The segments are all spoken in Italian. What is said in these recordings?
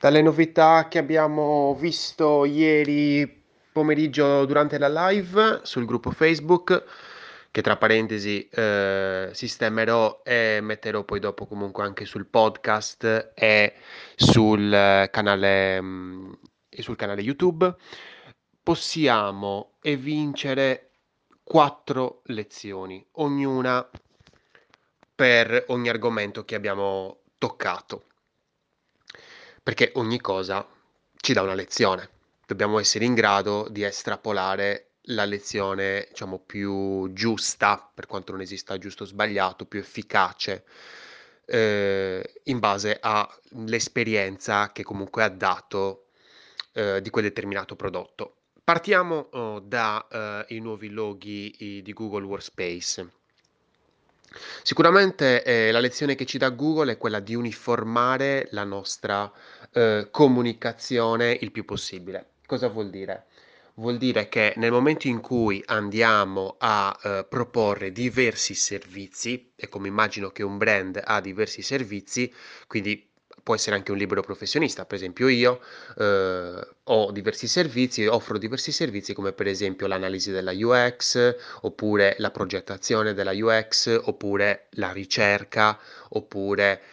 Dalle novità che abbiamo visto ieri pomeriggio durante la live sul gruppo Facebook, che tra parentesi sistemerò e metterò poi dopo comunque anche sul podcast e sul canale YouTube, possiamo vincere quattro lezioni, ognuna per ogni argomento che abbiamo toccato, perché ogni cosa ci dà una lezione. Dobbiamo essere in grado di estrapolare la lezione, diciamo, più giusta, per quanto non esista giusto o sbagliato, più efficace, in base all'esperienza che comunque ha dato, di quel determinato prodotto. Partiamo, da, i nuovi loghi di Google Workspace. Sicuramente, la lezione che ci dà Google è quella di uniformare la nostra, comunicazione il più possibile. Cosa vuol dire? Vuol dire che nel momento in cui andiamo a, proporre diversi servizi, e come immagino che un brand ha diversi servizi, quindi può essere anche un libero professionista, per esempio io, ho diversi servizi, offro diversi servizi come per esempio l'analisi della UX, oppure la progettazione della UX, oppure la ricerca, oppure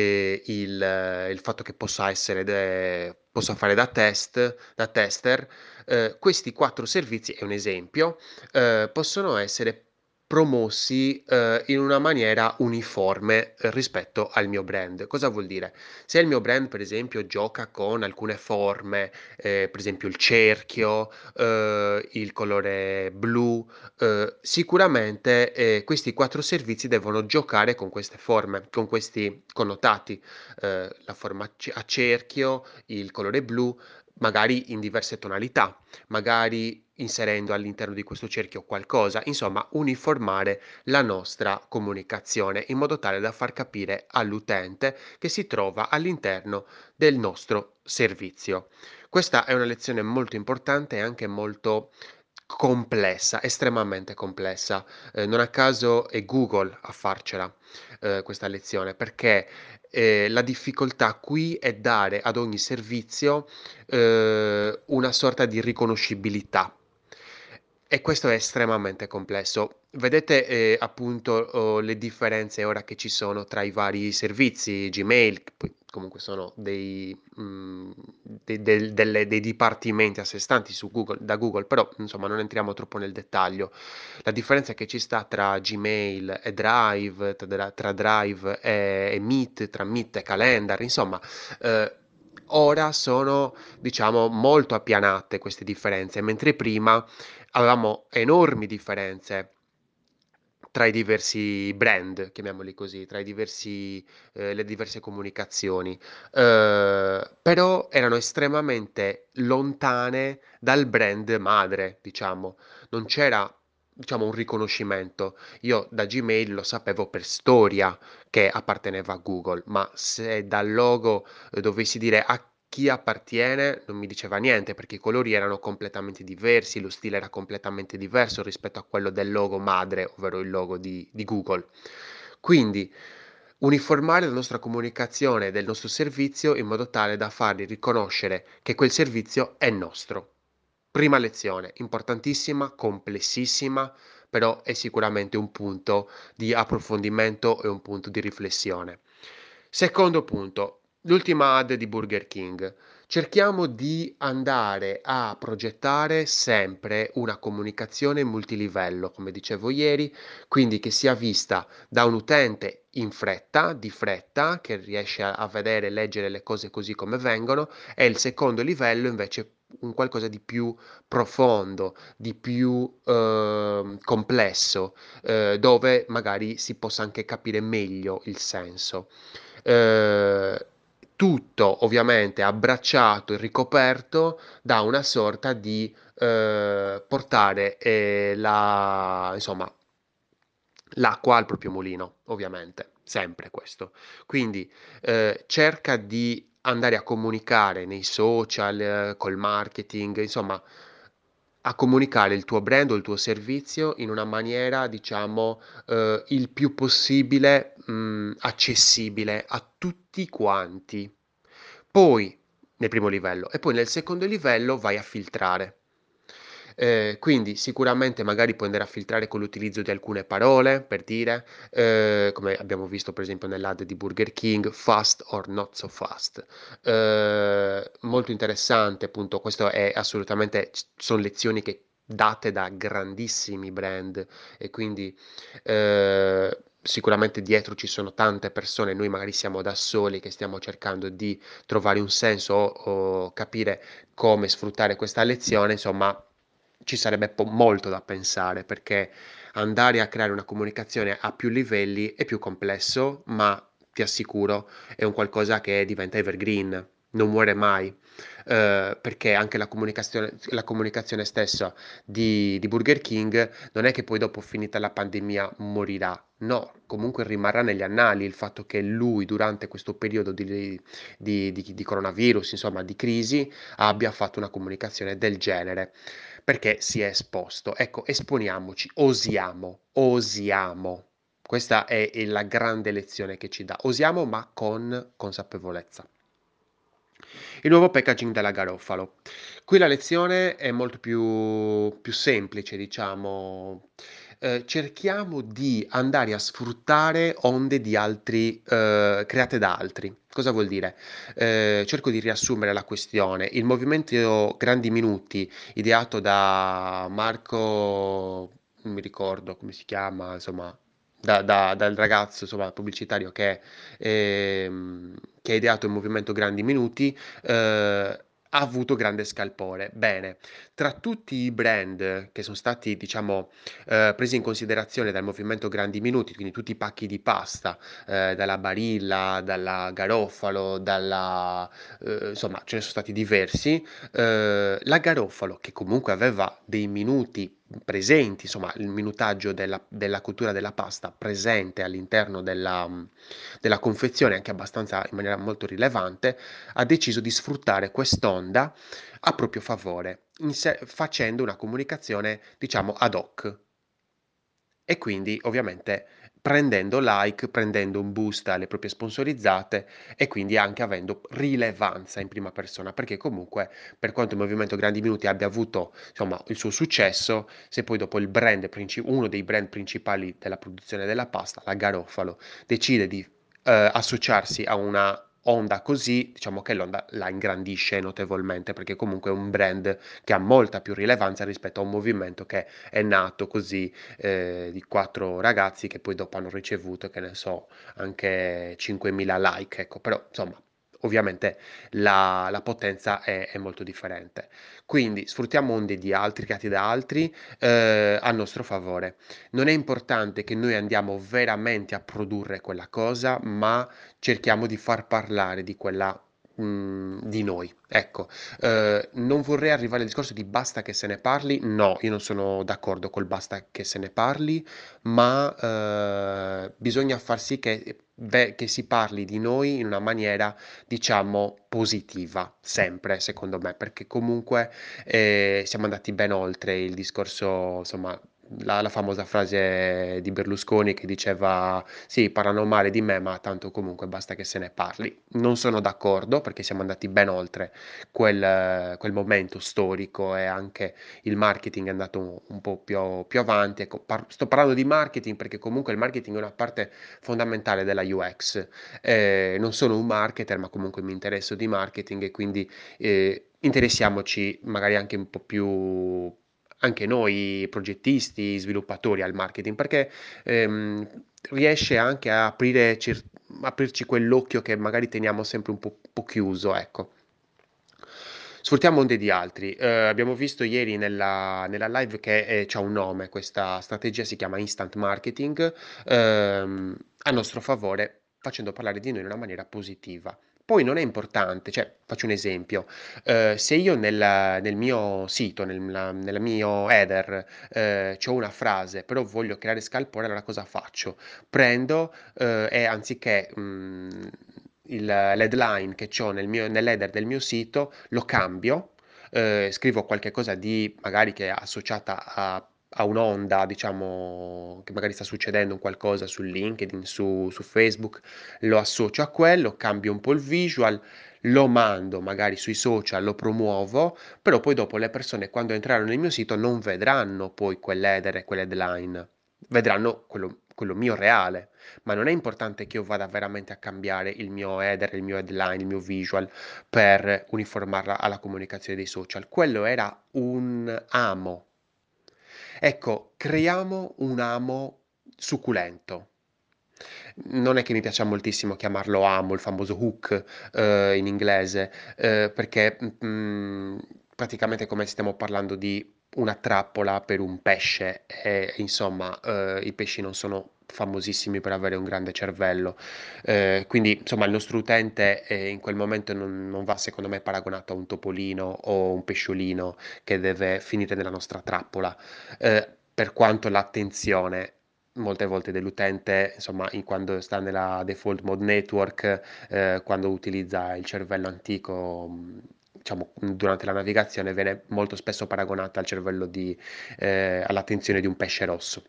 il fatto che possa fare da tester. Questi quattro servizi, è un esempio, possono essere promossi in una maniera uniforme rispetto al mio brand. Cosa vuol dire? Se il mio brand, per esempio, gioca con alcune forme, per esempio il cerchio, il colore blu, sicuramente, questi 4 servizi devono giocare con queste forme, con questi connotati, la forma a cerchio, il colore blu, magari in diverse tonalità, magari inserendo all'interno di questo cerchio qualcosa, insomma uniformare la nostra comunicazione in modo tale da far capire all'utente che si trova all'interno del nostro servizio. Questa è una lezione molto importante e anche molto complessa, estremamente complessa. Non a caso è Google a farcela, questa lezione, perché, la difficoltà qui è dare ad ogni servizio, una sorta di riconoscibilità. E questo è estremamente complesso. Vedete, appunto, le differenze ora che ci sono tra i vari servizi, Gmail, che poi comunque sono dei dipartimenti a sé stanti su Google, da Google, però insomma non entriamo troppo nel dettaglio. La differenza che ci sta tra Gmail e Drive, tra Drive e Meet, tra Meet e Calendar, insomma, ora sono, diciamo, molto appianate queste differenze, mentre prima avevamo enormi differenze tra i diversi brand, chiamiamoli così, tra le diverse comunicazioni, però erano estremamente lontane dal brand madre, diciamo. Non c'era, diciamo, un riconoscimento. Io da Gmail lo sapevo per storia che apparteneva a Google, ma se dal logo dovessi dire a chi appartiene, non mi diceva niente perché i colori erano completamente diversi, lo stile era completamente diverso rispetto a quello del logo madre, ovvero il logo di Google. Quindi uniformare la nostra comunicazione del nostro servizio in modo tale da fargli riconoscere che quel servizio è nostro. Prima lezione, importantissima, complessissima, però è sicuramente un punto di approfondimento e un punto di riflessione. Secondo punto, l'ultima ad di Burger King. Cerchiamo di andare a progettare sempre una comunicazione multilivello, come dicevo ieri, quindi che sia vista da un utente in fretta, di fretta, che riesce a vedere e leggere le cose così come vengono, e il secondo livello invece un qualcosa di più profondo, di più complesso, dove magari si possa anche capire meglio il senso. Eh, Tutto ovviamente abbracciato e ricoperto da una sorta di portare insomma, l'acqua al proprio mulino, ovviamente, sempre questo. Quindi cerca di andare a comunicare nei social, col marketing, insomma, a comunicare il tuo brand o il tuo servizio in una maniera, diciamo, il più possibile, accessibile a tutti quanti. Poi, nel primo livello. E poi nel secondo livello vai a filtrare. Quindi sicuramente magari puoi andare a filtrare con l'utilizzo di alcune parole, per dire, come abbiamo visto per esempio nell'ad di Burger King, fast or not so fast. Molto interessante, appunto, questo è assolutamente son lezioni che date da grandissimi brand e quindi, sicuramente dietro ci sono tante persone, noi magari siamo da soli che stiamo cercando di trovare un senso o capire come sfruttare questa lezione, insomma, ci sarebbe molto da pensare, perché andare a creare una comunicazione a più livelli è più complesso, ma ti assicuro è un qualcosa che diventa evergreen, non muore mai. Perché anche la comunicazione stessa di Burger King non è che poi dopo finita la pandemia morirà. No, comunque rimarrà negli annali il fatto che lui durante questo periodo di coronavirus, insomma di crisi, abbia fatto una comunicazione del genere, perché si è esposto. Ecco, esponiamoci, osiamo, osiamo. Questa è la grande lezione che ci dà. Osiamo, ma con consapevolezza. Il nuovo packaging della Garofalo. Qui la lezione è molto più semplice, diciamo. Cerchiamo di andare a sfruttare onde di altri create da altri. Cosa vuol dire? Cerco di riassumere la questione. Il movimento Grandi Minuti, ideato da Marco, non mi ricordo come si chiama, insomma, dal ragazzo, insomma, pubblicitario che ha ideato il movimento Grandi Minuti, ha avuto grande scalpore. Bene, tra tutti i brand che son stati, diciamo, presi in considerazione dal movimento Grandi Minuti, quindi tutti i pacchi di pasta, dalla Barilla, dalla Garofalo, insomma ce ne son stati diversi, la Garofalo, che comunque aveva dei minuti presenti, insomma il minutaggio della cottura della pasta presente all'interno della confezione, anche abbastanza in maniera molto rilevante, ha deciso di sfruttare quest'onda a proprio favore, facendo una comunicazione, diciamo, ad hoc. E quindi ovviamente prendendo like, prendendo un boost alle proprie sponsorizzate e quindi anche avendo rilevanza in prima persona, perché comunque per quanto il movimento Grandi Minuti abbia avuto, insomma, il suo successo, se poi dopo uno dei brand principali della produzione della pasta, la Garofalo, decide di, associarsi a una onda così, diciamo che l'onda la ingrandisce notevolmente, perché comunque è un brand che ha molta più rilevanza rispetto a un movimento che è nato così di 4 ragazzi che poi dopo hanno ricevuto, che ne so, anche 5.000 like, ecco. Però insomma, ovviamente la potenza è molto differente. Quindi sfruttiamo onde di altri, creati da altri, a nostro favore. Non è importante che noi andiamo veramente a produrre quella cosa, ma cerchiamo di far parlare di quella di noi, ecco. Non vorrei arrivare al discorso di basta che se ne parli, no, io non sono d'accordo col basta che se ne parli, ma, bisogna far sì che si parli di noi in una maniera, diciamo, positiva, sempre secondo me, perché comunque, siamo andati ben oltre il discorso, insomma, la famosa frase di Berlusconi che diceva: "Sì, parlano male di me, ma tanto comunque basta che se ne parli." Non sono d'accordo, perché siamo andati ben oltre quel momento storico e anche il marketing è andato un po' più avanti. Ecco, sto parlando di marketing perché comunque il marketing è una parte fondamentale della UX. Non sono un marketer, ma comunque mi interesso di marketing e quindi, interessiamoci magari anche un po' più anche noi progettisti, sviluppatori al marketing, perché, riesce anche a aprirci quell'occhio che magari teniamo sempre un po' chiuso, ecco. Sfruttiamo onde di altri. Abbiamo visto ieri nella live che, c'ha un nome questa strategia, si chiama instant marketing, a nostro favore, facendo parlare di noi in una maniera positiva. Poi non è importante, cioè faccio un esempio, se io nel mio sito, nel mio header, c'ho una frase, però voglio creare scalpore, allora cosa faccio? Prendo, e anziché, l'headline che c'ho nell'header del mio sito, lo cambio, scrivo qualche cosa di magari che è associata a un'onda, diciamo, che magari sta succedendo un qualcosa su LinkedIn, su Facebook, lo associo a quello, cambio un po' il visual, lo mando magari sui social, lo promuovo, però poi dopo le persone quando entrano nel mio sito non vedranno poi quell'header e quell'headline, vedranno quello mio reale. Ma non è importante che io vada veramente a cambiare il mio header, il mio headline, il mio visual per uniformarla alla comunicazione dei social. Quello era un amo. Ecco, creiamo un amo succulento. Non è che mi piaccia moltissimo chiamarlo amo, il famoso hook, in inglese, perché, praticamente è come se stiamo parlando di una trappola per un pesce e insomma, i pesci non sono famosissimi per avere un grande cervello. Quindi insomma il nostro utente, in quel momento non va secondo me paragonato a un topolino o un pesciolino che deve finire nella nostra trappola, per quanto l'attenzione molte volte dell'utente, insomma, quando sta nella default mode network, quando utilizza il cervello antico, diciamo, durante la navigazione, viene molto spesso paragonata al cervello all'attenzione di un pesce rosso.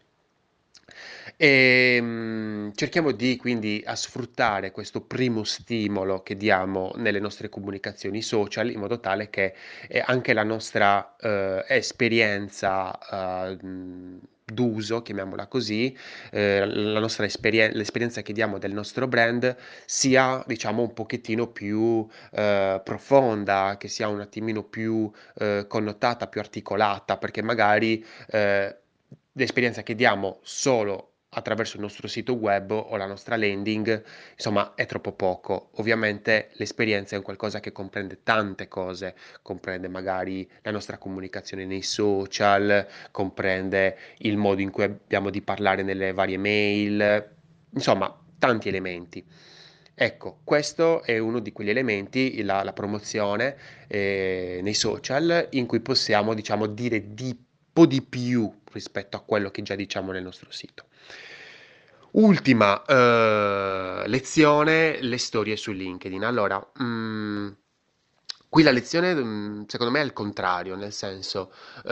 Cerchiamo di quindi a sfruttare questo primo stimolo che diamo nelle nostre comunicazioni social in modo tale che anche la nostra esperienza d'uso, chiamiamola così, la nostra l'esperienza che diamo del nostro brand sia diciamo un pochettino più profonda, che sia un attimino più connotata, più articolata, perché magari l'esperienza che diamo solo attraverso il nostro sito web o la nostra landing, insomma, è troppo poco. Ovviamente l'esperienza è un qualcosa che comprende tante cose, comprende magari la nostra comunicazione nei social, comprende il modo in cui abbiamo di parlare nelle varie mail, insomma, tanti elementi. Ecco, questo è uno di quegli elementi, la promozione nei social, in cui possiamo, diciamo, dire di po' di più rispetto a quello che già diciamo nel nostro sito. Ultima lezione, le storie su LinkedIn. Allora, qui la lezione, secondo me è il contrario, nel senso,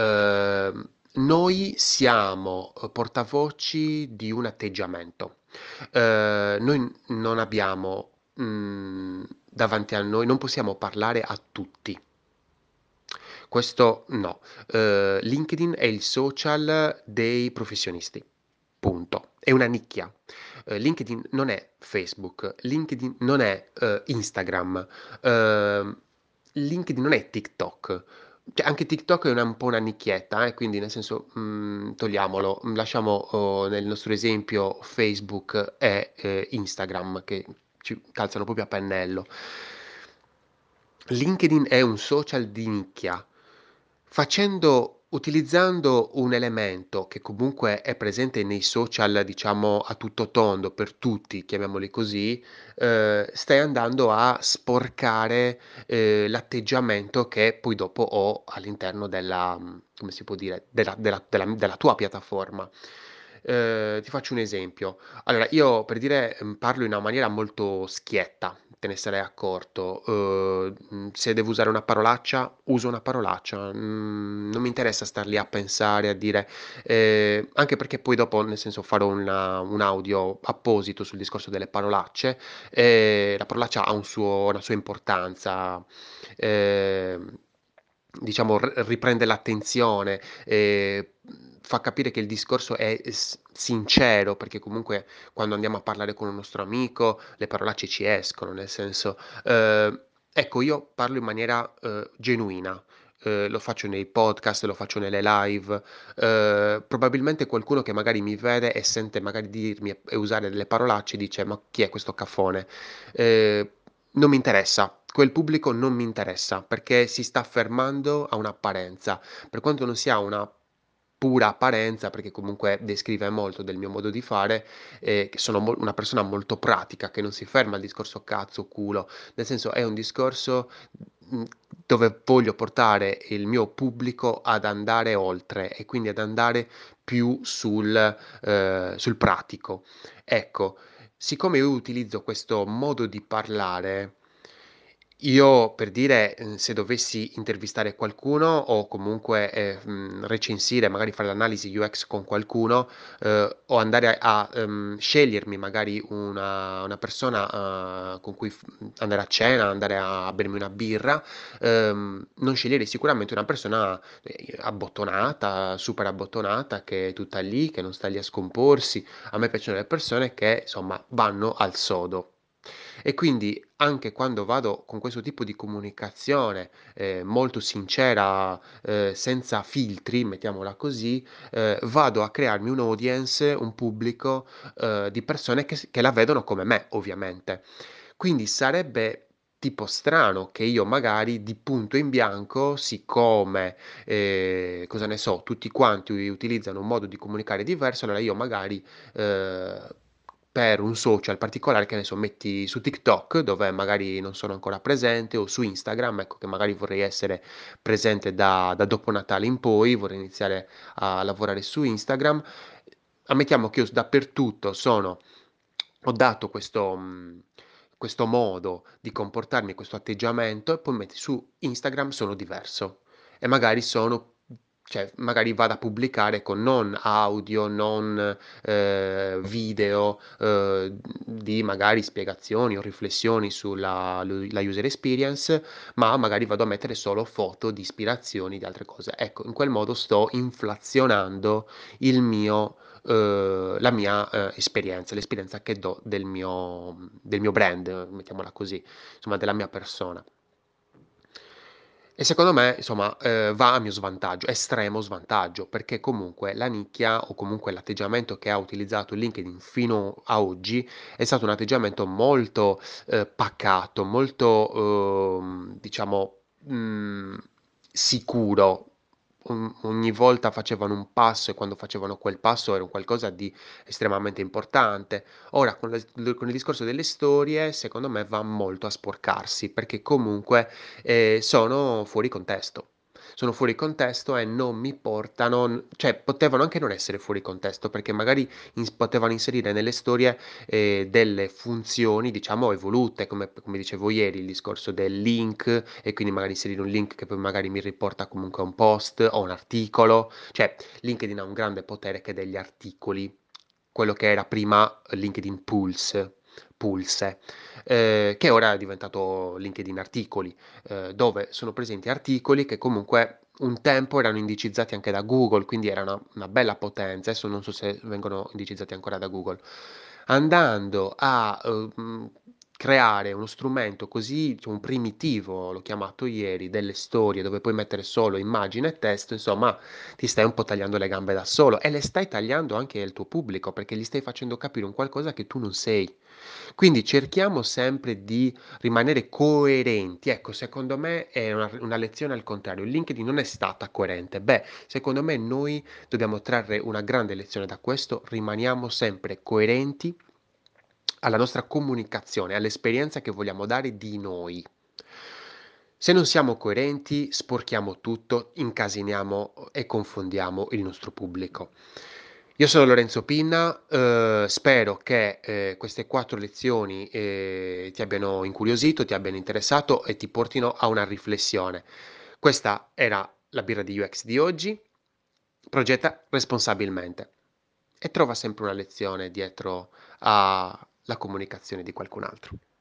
noi siamo portavoci di un atteggiamento. Noi non abbiamo davanti a noi, non possiamo parlare a tutti. Questo no. LinkedIn è il social dei professionisti. Punto. È una nicchia. LinkedIn non è Facebook, LinkedIn non è Instagram, ehm, LinkedIn non è TikTok. Cioè, anche TikTok è un po' una nicchietta, quindi nel senso, togliamolo, lasciamo nel nostro esempio Facebook e Instagram che ci calzano proprio a pennello. LinkedIn è un social di nicchia. Utilizzando un elemento che comunque è presente nei social, diciamo a tutto tondo, per tutti, chiamiamoli così, stai andando a sporcare, l'atteggiamento che poi dopo ho all'interno come si può dire, della tua piattaforma. Ti faccio un esempio. Allora, io per dire, parlo in una maniera molto schietta, te ne sarai accorto. Se devo usare una parolaccia, uso una parolaccia. Non mi interessa star lì a pensare, a dire, anche perché poi dopo, nel senso, farò un audio apposito sul discorso delle parolacce. La parolaccia ha una sua importanza. ehm, diciamo, riprende l'attenzione, fa capire che il discorso è sincero, perché comunque quando andiamo a parlare con un nostro amico le parolacce ci escono, nel senso, ecco, io parlo in maniera genuina. Lo faccio nei podcast, lo faccio nelle live. Probabilmente qualcuno che magari mi vede e sente magari dirmi e usare delle parolacce dice: Ma chi è questo cafone? Eh, Non mi interessa, quel pubblico non mi interessa perché si sta fermando a un'apparenza, per quanto non sia una pura apparenza, perché comunque descrive molto del mio modo di fare, che sono una persona molto pratica, che non si ferma al discorso cazzo, culo, nel senso è un discorso mh, dove voglio portare il mio pubblico ad andare oltre e quindi ad andare più sul pratico. Ecco, siccome io utilizzo questo modo di parlare, Io per dire, se dovessi intervistare qualcuno o comunque, recensire, magari fare l'analisi UX con qualcuno, o andare scegliermi magari una persona, con cui andare a cena, andare a bermi una birra, non sceglierei sicuramente una persona, abbottonata, super abbottonata, che è tutta lì, che non sta lì a scomporsi. A me piacciono le persone che, insomma, vanno al sodo. E quindi anche quando vado con questo tipo di comunicazione, molto sincera, senza filtri, mettiamola così, vado a crearmi un audience, un pubblico, di persone che la vedono come me, ovviamente. Quindi sarebbe tipo strano che io magari di punto in bianco, siccome, cosa ne so, tutti quanti utilizzano un modo di comunicare diverso, allora io magari, ehm, per un social particolare, che ne so, metti su TikTok, dove magari non sono ancora presente, o su Instagram, ecco, che magari vorrei essere presente da dopo Natale in poi, vorrei iniziare a lavorare su Instagram. Ammettiamo che io s dappertutto sono ho dato questo modo di comportarmi, questo atteggiamento, e poi metti su Instagram sono diverso. E magari sono cioè magari vado a pubblicare con non audio, non, video, di magari spiegazioni o riflessioni sulla la user experience, ma magari vado a mettere solo foto di ispirazioni, di altre cose. Ecco, in quel modo sto inflazionando il mio la mia, esperienza, l'esperienza che do del mio brand, mettiamola così, insomma della mia persona. E secondo me, insomma, va a mio svantaggio, estremo svantaggio, perché comunque la nicchia o comunque l'atteggiamento che ha utilizzato LinkedIn fino a oggi è stato un atteggiamento molto, pacato, molto, diciamo, sicuro. Ogni volta facevano un passo e quando facevano quel passo era un qualcosa di estremamente importante. Ora con il discorso delle storie, secondo me va molto a sporcarsi, perché comunque sono fuori contesto. Sono fuori contesto e non mi portano cioè potevano anche non essere fuori contesto, perché magari potevano inserire nelle storie, delle funzioni diciamo evolute, come dicevo ieri, il discorso del link e quindi magari inserire un link che poi magari mi riporta comunque a un post o un articolo. Cioè LinkedIn ha un grande potere che è degli articoli, quello che era prima LinkedIn Pulse, che ora è diventato LinkedIn Articoli, dove sono presenti articoli che comunque un tempo erano indicizzati anche da Google, quindi era una bella potenza. Adesso non so se vengono indicizzati ancora da Google. Andando a, creare uno strumento così, diciamo primitivo, l'ho chiamato ieri, delle storie dove puoi mettere solo immagine e testo, insomma ti stai un po' tagliando le gambe da solo e le stai tagliando anche al tuo pubblico, perché gli stai facendo capire un qualcosa che tu non sei. Quindi cerchiamo sempre di rimanere coerenti. Ecco, secondo me è una lezione al contrario. LinkedIn non è stata coerente. Beh, secondo me noi dobbiamo trarre una grande lezione da questo, rimaniamo sempre coerenti alla nostra comunicazione, all'esperienza che vogliamo dare di noi. Se non siamo coerenti, sporchiamo tutto, incasiniamo e confondiamo il nostro pubblico. Io sono Lorenzo Pinna, spero che, queste 4 lezioni, ti abbiano incuriosito, ti abbiano interessato e ti portino a una riflessione. Questa era la birra di UX di oggi. Progetta responsabilmente e trova sempre una lezione dietro alla comunicazione di qualcun altro.